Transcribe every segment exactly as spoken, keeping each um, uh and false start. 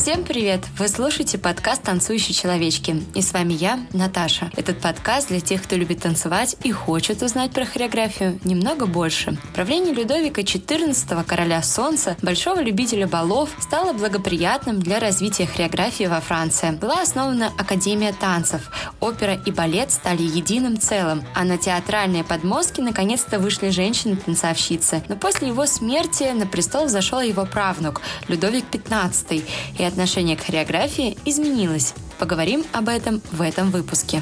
Всем привет! Вы слушаете подкаст «Танцующие человечки». И с вами я, Наташа. Этот подкаст для тех, кто любит танцевать и хочет узнать про хореографию немного больше. Правление Людовика четырнадцатого, короля солнца, большого любителя балов, стало благоприятным для развития хореографии во Франции. Была основана Академия танцев. Опера и балет стали единым целым, а на театральные подмостки наконец-то вышли женщины-танцовщицы. Но после его смерти на престол взошел его правнук, Людовик пятнадцатый, и отношение к хореографии изменилось. Поговорим об этом в этом выпуске.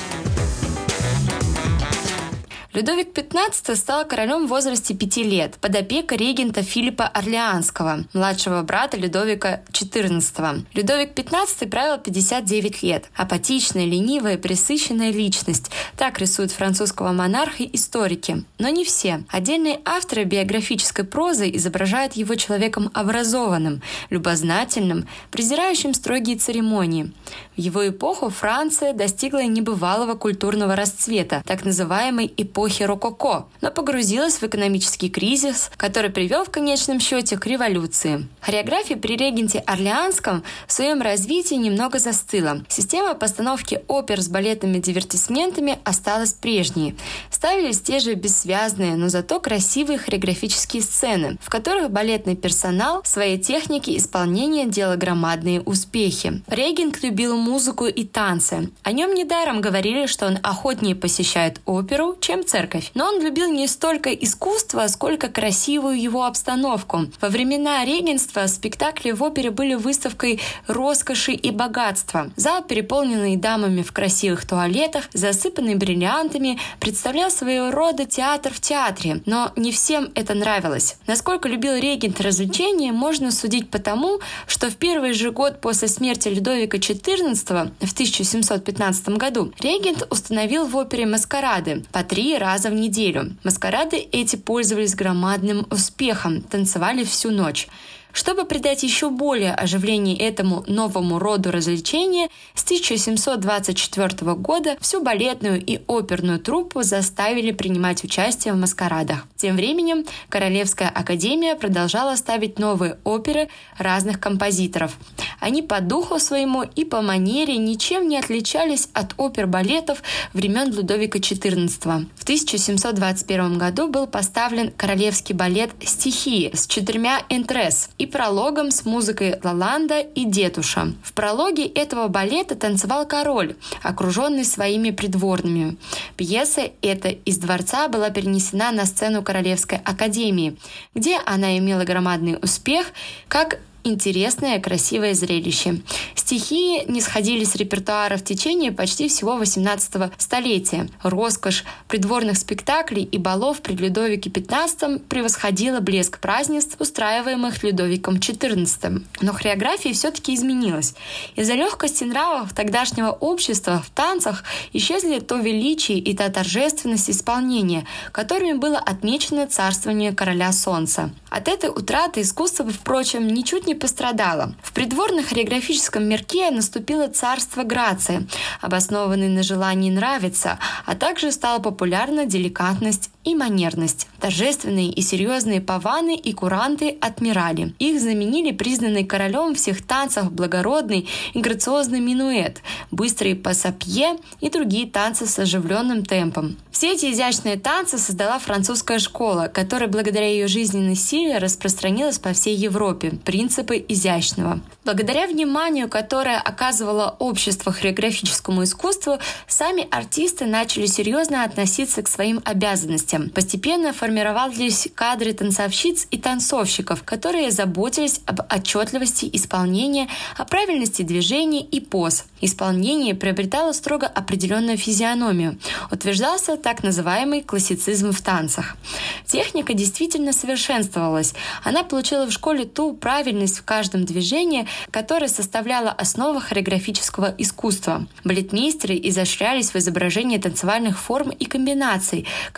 Людовик пятнадцатый стал королем в возрасте пяти лет под опекой регента Филиппа Орлеанского, младшего брата Людовика четырнадцатого. Людовик пятнадцатый правил пятьдесят девять лет. Апатичная, ленивая, пресыщенная личность. Так рисуют французского монарха историки. Но не все. Отдельные авторы биографической прозы изображают его человеком образованным, любознательным, презирающим строгие церемонии. В его эпоху Франция достигла небывалого культурного расцвета, так называемой эпохи эпохи рококо, но погрузилась в экономический кризис, который привел в конечном счете к революции. Хореография при регенте Орлеанском в своем развитии немного застыла. Система постановки опер с балетными дивертисментами осталась прежней. Ставились те же бессвязные, но зато красивые хореографические сцены, в которых балетный персонал в своей технике исполнения делал громадные успехи. Регент любил музыку и танцы. О нем недаром говорили, что он охотнее посещает оперу, чем церковь. Но он любил не столько искусство, сколько красивую его обстановку. Во времена регенства спектакли в опере были выставкой роскоши и богатства. Зал, переполненный дамами в красивых туалетах, засыпанный бриллиантами, представлял своего рода театр в театре. Но не всем это нравилось. Насколько любил регент развлечения, можно судить по тому, что в первый же год после смерти Людовика четырнадцатого в тысяча семьсот пятнадцатом году регент установил в опере маскарады по три раза в неделю. Маскарады эти пользовались громадным успехом, танцевали всю ночь. Чтобы придать еще более оживление этому новому роду развлечения, с тысяча семьсот двадцать четвёртого года всю балетную и оперную труппу заставили принимать участие в маскарадах. Тем временем Королевская академия продолжала ставить новые оперы разных композиторов. Они по духу своему и по манере ничем не отличались от опер-балетов времен Людовика четырнадцатого. В тысяча семьсот двадцать первом году был поставлен королевский балет «Стихии» с четырьмя энтрес и прологом с музыкой Лоланда и Детуша. В прологе этого балета танцевал король, окруженный своими придворными. Пьеса эта из дворца была перенесена на сцену Королевской академии, где она имела громадный успех, как интересное, красивое зрелище. Стихии не сходили с репертуара в течение почти всего восемнадцатого столетия. Роскошь придворных спектаклей и балов при Людовике пятнадцатом превосходила блеск празднеств, устраиваемых Людовиком четырнадцатым. Но хореография все-таки изменилась. Из-за легкости нравов тогдашнего общества в танцах исчезли то величие и та торжественность исполнения, которыми было отмечено царствование короля солнца. От этой утраты искусство, впрочем, ничуть не пострадало. В придворно-хореографическом мирке наступило царство грации, обоснованное на желании нравиться, а также стала популярна деликатность и манерность. Торжественные и серьезные паваны и куранты отмирали. Их заменили признанный королем всех танцев благородный и грациозный минуэт, быстрые пассапье и другие танцы с оживленным темпом. Все эти изящные танцы создала французская школа, которая благодаря ее жизненной силе распространилась по всей Европе. Принципы изящного. Благодаря вниманию, которое оказывало общество хореографическому искусству, сами артисты начали серьезно относиться к своим обязанностям. Постепенно формировались кадры танцовщиц и танцовщиков, которые заботились об отчетливости исполнения, о правильности движений и поз. Исполнение приобретало строго определенную физиономию. Утверждался так называемый классицизм в танцах. Техника действительно совершенствовалась. Она получила в школе ту правильность в каждом движении, которая составляла основу хореографического искусства. Балетмейстеры изощрялись в изображении танцевальных форм и комбинаций, которые были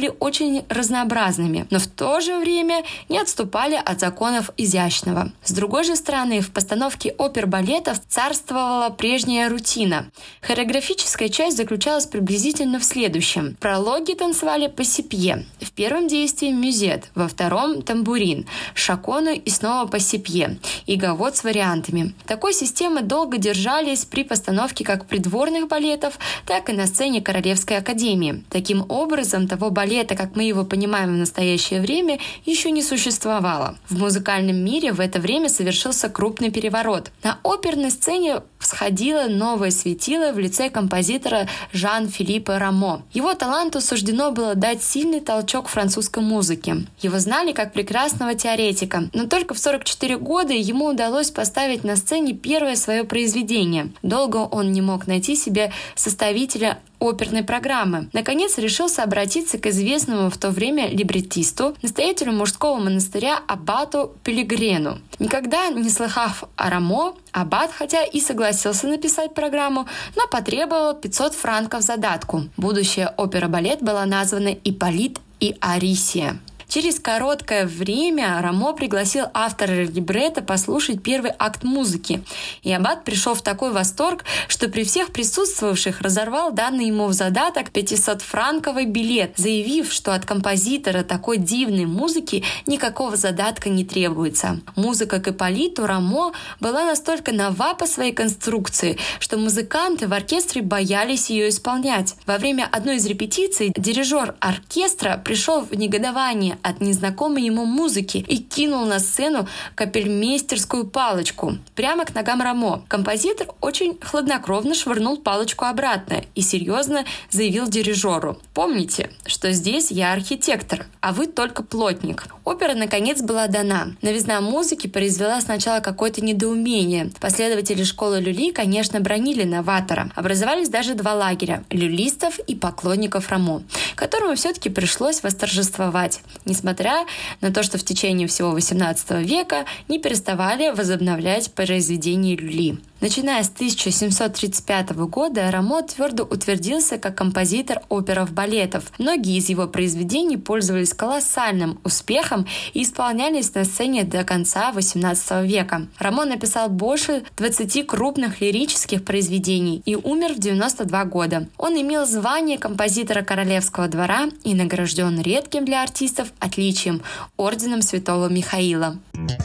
были очень разнообразными, но в то же время не отступали от законов изящного. С другой же стороны, в постановке опер-балетов царствовала прежняя рутина. Хореографическая часть заключалась приблизительно в следующем. Прологи танцевали по сипье. В первом действии мюзет, во втором – тамбурин, шакону и снова по сипье, и гавот с вариантами. Такой системы долго держались при постановке как придворных балетов, так и на сцене Королевской академии. Таким образом, того балета, как мы его понимаем в настоящее время, еще не существовало. В музыкальном мире в это время совершился крупный переворот. На оперной сцене всходило новое светило в лице композитора Жан-Филиппа Рамо. Его таланту суждено было дать сильный толчок французской музыке. Его знали как прекрасного теоретика, но только в сорок четыре года ему удалось поставить на сцене первое свое произведение. Долго он не мог найти себе составителя оперной программы. Наконец решился обратиться к известному в то время либреттисту, настоятелю мужского монастыря аббату Пелигрену. Никогда не слыхав о Рамо, аббат, хотя и согласился написать программу, но потребовал пятьсот франков задатку. Будущая опера-балет была названа «Ипполит и Арисия». Через короткое время Рамо пригласил автора либретто послушать первый акт музыки, и аббат пришел в такой восторг, что при всех присутствовавших разорвал данный ему в задаток пятисотфранковый билет, заявив, что от композитора такой дивной музыки никакого задатка не требуется. Музыка к Ипполиту Рамо была настолько нова по своей конструкции, что музыканты в оркестре боялись ее исполнять. Во время одной из репетиций дирижер оркестра пришел в негодование от незнакомой ему музыки и кинул на сцену капельмейстерскую палочку прямо к ногам Рамо. Композитор очень хладнокровно швырнул палочку обратно и серьезно заявил дирижеру: «Помните, что здесь я архитектор, а вы только плотник». Опера, наконец, была дана. Новизна музыки произвела сначала какое-то недоумение. Последователи школы Люли, конечно, бранили новатора. Образовались даже два лагеря – люлистов и поклонников Рамо, которому все-таки пришлось восторжествовать, несмотря на то, что в течение всего восемнадцатого века не переставали возобновлять произведения Люли. Начиная с тысяча семьсот тридцать пятого года Рамо твердо утвердился как композитор оперов-балетов. Многие из его произведений пользовались колоссальным успехом и исполнялись на сцене до конца восемнадцатого века. Рамо написал больше двадцати крупных лирических произведений и умер в девяносто два года. Он имел звание композитора королевского двора и награжден редким для артистов отличием – орденом Святого Михаила.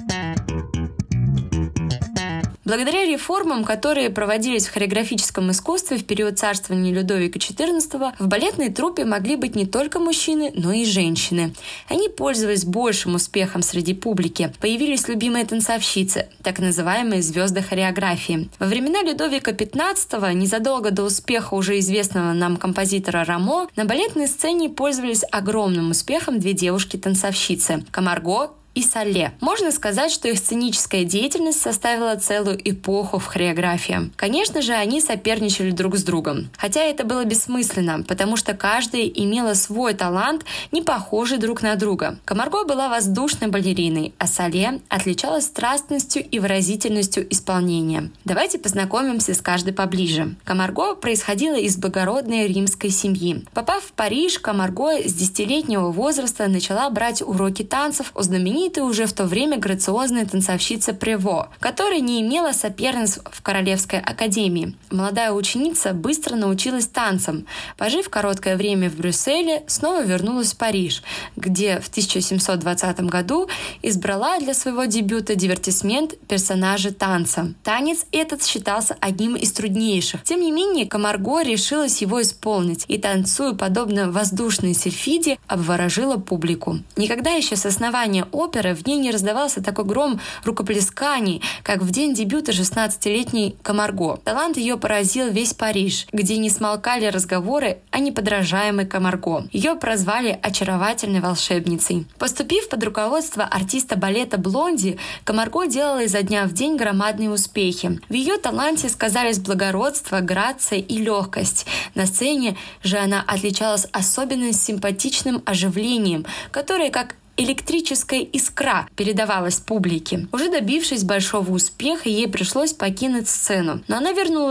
Благодаря реформам, которые проводились в хореографическом искусстве в период царствования Людовика четырнадцатого, в балетной труппе могли быть не только мужчины, но и женщины. Они пользовались большим успехом среди публики. Появились любимые танцовщицы, так называемые звезды хореографии. Во времена Людовика пятнадцатого, незадолго до успеха уже известного нам композитора Рамо, на балетной сцене пользовались огромным успехом две девушки-танцовщицы – Камарго и Солле. Можно сказать, что их сценическая деятельность составила целую эпоху в хореографии. Конечно же, они соперничали друг с другом. Хотя это было бессмысленно, потому что каждая имела свой талант, не похожий друг на друга. Камарго была воздушной балериной, а Солле отличалась страстностью и выразительностью исполнения. Давайте познакомимся с каждой поближе. Камарго происходила из благородной римской семьи. Попав в Париж, Камарго с десятилетнего возраста начала брать уроки танцев у знаменитой уже в то время грациозная танцовщица Прево, которая не имела соперниц в Королевской академии. Молодая ученица быстро научилась танцам. Пожив короткое время в Брюсселе, снова вернулась в Париж, где в тысяча семьсот двадцатом году избрала для своего дебюта дивертисмент персонажа танца. Танец этот считался одним из труднейших. Тем не менее, Камарго решилась его исполнить и, танцуя подобно воздушной сильфиде, обворожила публику. Никогда еще с основания оперы в ней не раздавался такой гром рукоплесканий, как в день дебюта шестнадцатилетней Камарго. Талант ее поразил весь Париж, где не смолкали разговоры о неподражаемой Камарго. Ее прозвали очаровательной волшебницей. Поступив под руководство артиста балета Блонди, Камарго делала изо дня в день громадные успехи. В ее таланте сказались благородство, грация и легкость. На сцене же она отличалась особенно симпатичным оживлением, которое, как электрическая искра, передавалась публике. Уже добившись большого успеха, ей пришлось покинуть сцену. Но она вернулась.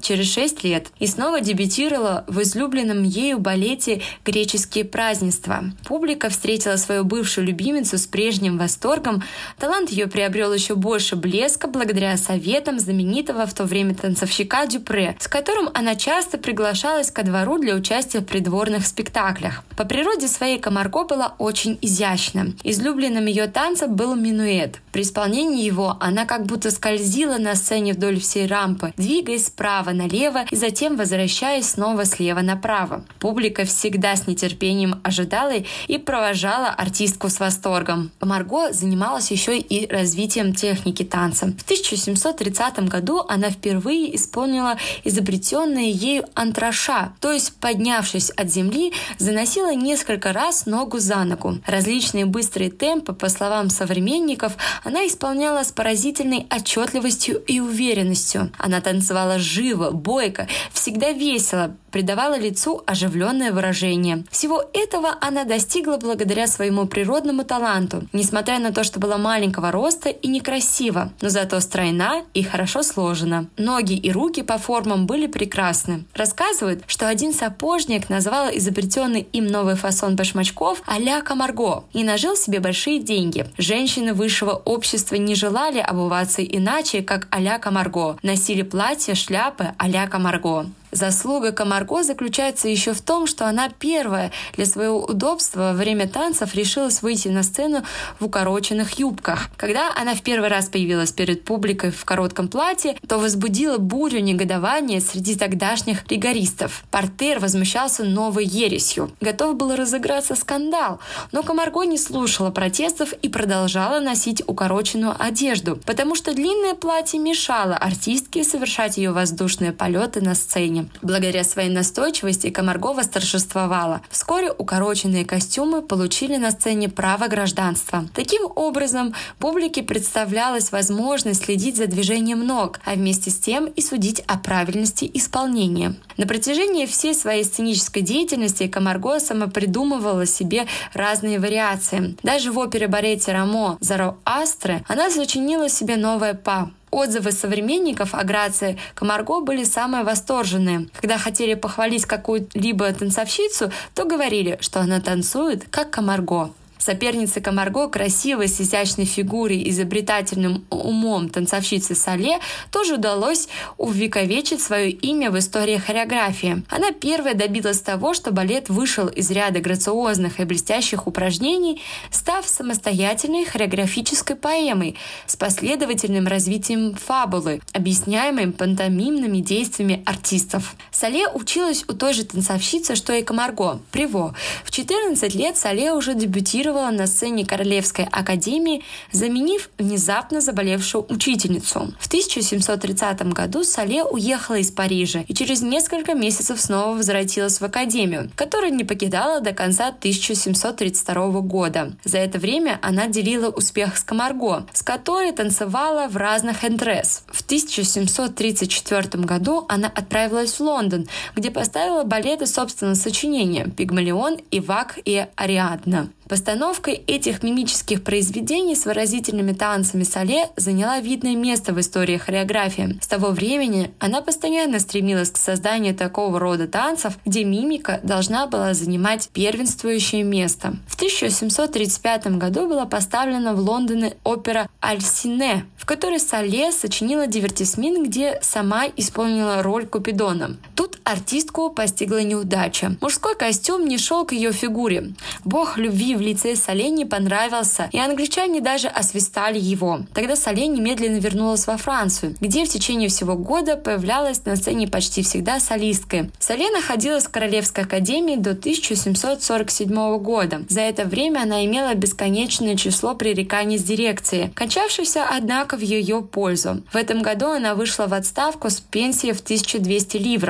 через шесть лет и снова дебютировала в излюбленном ею балете «Греческие празднества». Публика встретила свою бывшую любимицу с прежним восторгом. Талант ее приобрел еще больше блеска благодаря советам знаменитого в то время танцовщика Дюпре, с которым она часто приглашалась ко двору для участия в придворных спектаклях. По природе своей Камарго была очень изящна. Излюбленным ее танцем был минуэт. При исполнении его она как будто скользила на сцене вдоль всей рампы, двигаясь справа налево и затем возвращаясь снова слева направо. Публика всегда с нетерпением ожидала и провожала артистку с восторгом. Камарго занималась еще и развитием техники танца. В тысяча семьсот тридцатом году она впервые исполнила изобретенное ею антраша, то есть, поднявшись от земли, заносила несколько раз ногу за ногу. Различные быстрые темпы, по словам современников, она исполняла с поразительной отчетливостью и уверенностью. Она танцевала живо, бойко, всегда весело, придавала лицу оживленное выражение. Всего этого она достигла благодаря своему природному таланту, несмотря на то, что была маленького роста и некрасива, но зато стройна и хорошо сложена. Ноги и руки по формам были прекрасны. Рассказывают, что один сапожник назвал изобретенный им новый фасон башмачков а-ля Камарго и нажил себе большие деньги. Женщины высшего общества не желали обуваться иначе, как а-ля Камарго, носили платья, шляпы а-ля Камарго. Заслуга Камарго заключается еще в том, что она первая для своего удобства во время танцев решилась выйти на сцену в укороченных юбках. Когда она в первый раз появилась перед публикой в коротком платье, то возбудила бурю негодования среди тогдашних ригористов. Портер возмущался новой ересью. Готов был разыграться скандал, но Камарго не слушала протестов и продолжала носить укороченную одежду, потому что длинное платье мешало артистке совершать ее воздушные полеты на сцене. Благодаря своей настойчивости Камарго восторжествовала. Вскоре укороченные костюмы получили на сцене право гражданства. Таким образом, публике представлялась возможность следить за движением ног, а вместе с тем и судить о правильности исполнения. На протяжении всей своей сценической деятельности Камарго самопридумывала себе разные вариации. Даже в опере-балете «Рамо» «Зороастре» она сочинила себе новое па. Отзывы современников о грации Камарго были самые восторженные. Когда хотели похвалить какую-либо танцовщицу, то говорили, что она танцует как Камарго. Сопернице Камарго, красивой, с изящной фигурой и изобретательным умом танцовщице Соле тоже удалось увековечить свое имя в истории хореографии. Она первая добилась того, что балет вышел из ряда грациозных и блестящих упражнений, став самостоятельной хореографической поэмой с последовательным развитием фабулы, объясняемой пантомимными действиями артистов. Соле училась у той же танцовщицы, что и Камарго, Приво. В четырнадцать лет Соле уже дебютировала на сцене Королевской академии, заменив внезапно заболевшую учительницу. В тысяча семьсот тридцатом году Соле уехала из Парижа и через несколько месяцев снова возвратилась в академию, которую не покидала до конца тысяча семьсот тридцать второго года. За это время она делила успех с Камарго, с которой танцевала в разных энтрес. В тысяча семьсот тридцать четвёртом году она отправилась в Лондон, где поставила балеты собственного сочинения «Пигмалион», «Ивак» и «Ариадна». Постановкой этих мимических произведений с выразительными танцами Соле заняла видное место в истории хореографии. С того времени она постоянно стремилась к созданию такого рода танцев, где мимика должна была занимать первенствующее место. В тысяча семьсот тридцать пятом году была поставлена в Лондоне опера «Альсине», в которой Соле сочинила дивертисмент, где сама исполнила роль Купидона. Тут артистку постигла неудача. Мужской костюм не шел к ее фигуре. Бог любви в лице Соле не понравился, и англичане даже освистали его. Тогда Соле немедленно вернулась во Францию, где в течение всего года появлялась на сцене почти всегда солисткой. Соле находилась в Королевской академии до тысяча семьсот сорок седьмого года. За это время она имела бесконечное число пререканий с дирекцией, кончавшихся, однако, в ее пользу. В этом году она вышла в отставку с пенсией в тысячу двести ливров.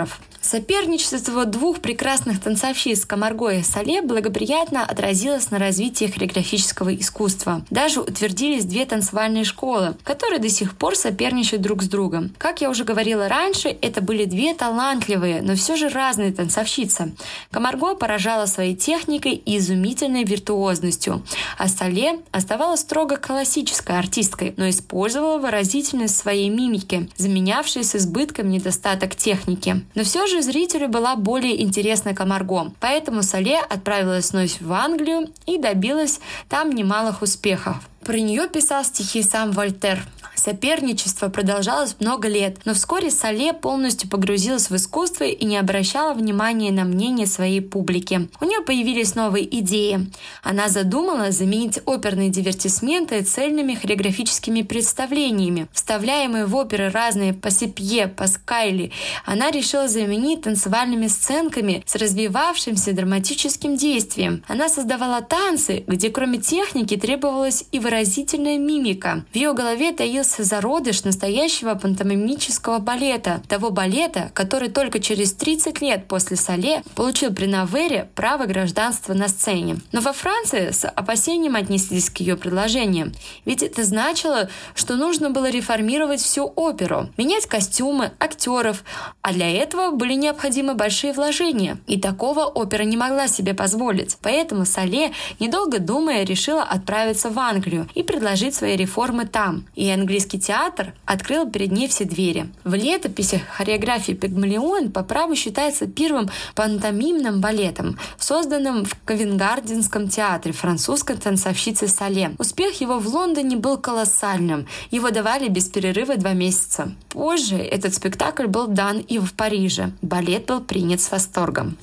Соперничество двух прекрасных танцовщиц Камарго и Соле благоприятно отразилось на развитии хореографического искусства. Даже утвердились две танцевальные школы, которые до сих пор соперничают друг с другом. Как я уже говорила раньше, это были две талантливые, но все же разные танцовщицы. Камарго поражала своей техникой и изумительной виртуозностью, а Соле оставалась строго классической артисткой, но использовала выразительность своей мимики, заменявшей с избытком недостаток техники. Но все же зрителю была более интересна Камарго, поэтому Соле отправилась вновь в Англию и добилась там немалых успехов. Про нее писал стихи сам Вольтер. Соперничество продолжалось много лет, но вскоре Соле полностью погрузилась в искусство и не обращала внимания на мнение своей публики. У нее появились новые идеи. Она задумала заменить оперные дивертисменты цельными хореографическими представлениями. Вставляемые в оперы разные пассипье, паскайли, она решила заменить танцевальными сценками с развивавшимся драматическим действием. Она создавала танцы, где кроме техники требовалась и выразительная мимика. В ее голове таился зародыш настоящего пантомимического балета, того балета, который только через тридцать лет после Соле получил при Навере право гражданства на сцене. Но во Франции с опасением отнеслись к ее предложениям, ведь это значило, что нужно было реформировать всю оперу, менять костюмы, актеров, а для этого были необходимы большие вложения, и такого опера не могла себе позволить. Поэтому Соле, недолго думая, решила отправиться в Англию и предложить свои реформы там. И английский театр открыл перед ней все двери. В летописях хореографии «Пигмалион» по праву считается первым пантомимным балетом, созданным в Ковенгарденском театре французской танцовщицы Соле. Успех его в Лондоне был колоссальным. Его давали без перерыва два месяца. Позже этот спектакль был дан и в Париже. Балет был принят с восторгом.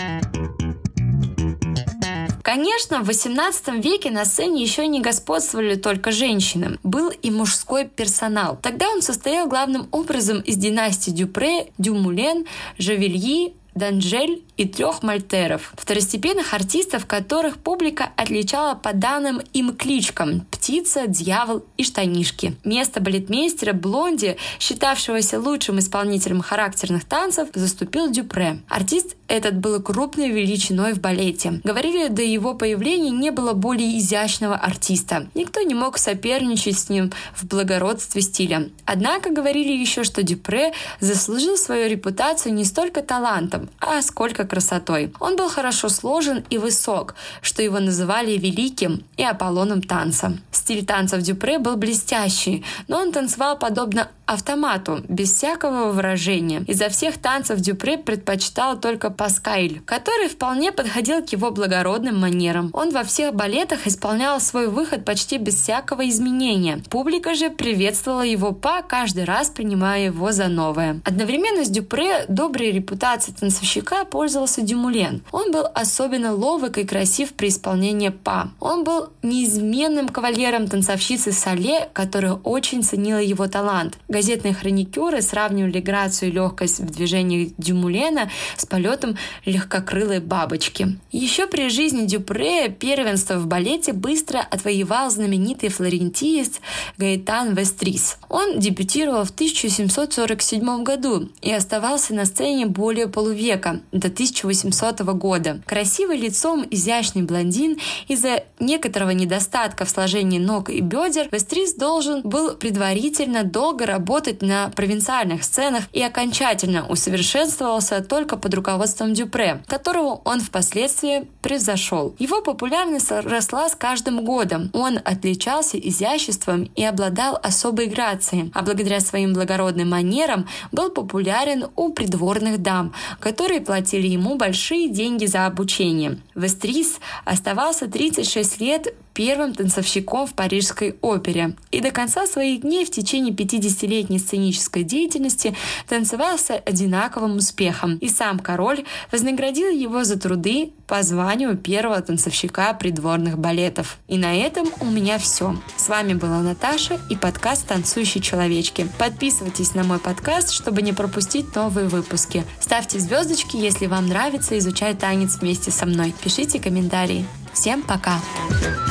Конечно, в восемнадцатом веке на сцене еще не господствовали только женщины. Был и мужской персонал. Тогда он состоял главным образом из династий Дюпре, Дюмулен, Жавельи, Данжель и трех мальтеров, второстепенных артистов, которых публика отличала по данным им кличкам «Птица», «Дьявол» и «Штанишки». Место балетмейстера Блонди, считавшегося лучшим исполнителем характерных танцев, заступил Дюпре. Артист этот был крупной величиной в балете. Говорили, до его появления не было более изящного артиста. Никто не мог соперничать с ним в благородстве стиля. Однако говорили еще, что Дюпре заслужил свою репутацию не столько талантом, а сколько красотой. Он был хорошо сложен и высок, что его называли великим и Аполлоном танца. Стиль танцев Дюпре был блестящий, но он танцевал подобно автомату, без всякого выражения. Изо всех танцев Дюпре предпочитал только паскайль, который вполне подходил к его благородным манерам. Он во всех балетах исполнял свой выход почти без всякого изменения. Публика же приветствовала его па, каждый раз принимая его за новое. Одновременно с Дюпре доброй репутацией танцовщика пользовался Дюмулен. Он был особенно ловок и красив при исполнении па. Он был неизменным кавалером танцовщицы Соле, которая очень ценила его талант. Газетные хроникеры сравнивали грацию и легкость в движениях Дюмулена с полетом легкокрылой бабочки. Еще при жизни Дюпре первенство в балете быстро отвоевал знаменитый флорентиец Гаэтан Вестрис. Он дебютировал в тысяча семьсот сорок седьмом году и оставался на сцене более полувека, до тысяча восьмисотого года. Красивый лицом изящный блондин, из-за некоторого недостатка в сложении ног и бедер, Вестрис должен был предварительно долго работать на провинциальных сценах и окончательно усовершенствовался только под руководством Дюпре, которого он впоследствии превзошел. Его популярность росла с каждым годом. Он отличался изяществом и обладал особой грацией, а благодаря своим благородным манерам был популярен у придворных дам, которые платили ему большие деньги за обучение. Вестрис оставался тридцать шесть лет первым танцовщиком в Парижской опере и до конца своих дней в течение пятидесятилетней сценической деятельности танцевал с одинаковым успехом. И сам король вознаградил его за труды по званию первого танцовщика придворных балетов. И на этом у меня все. С вами была Наташа и подкаст «Танцующие человечки». Подписывайтесь на мой подкаст, чтобы не пропустить новые выпуски. Ставьте звездочки, если вам нравится изучать танец вместе со мной. Пишите комментарии. Всем пока!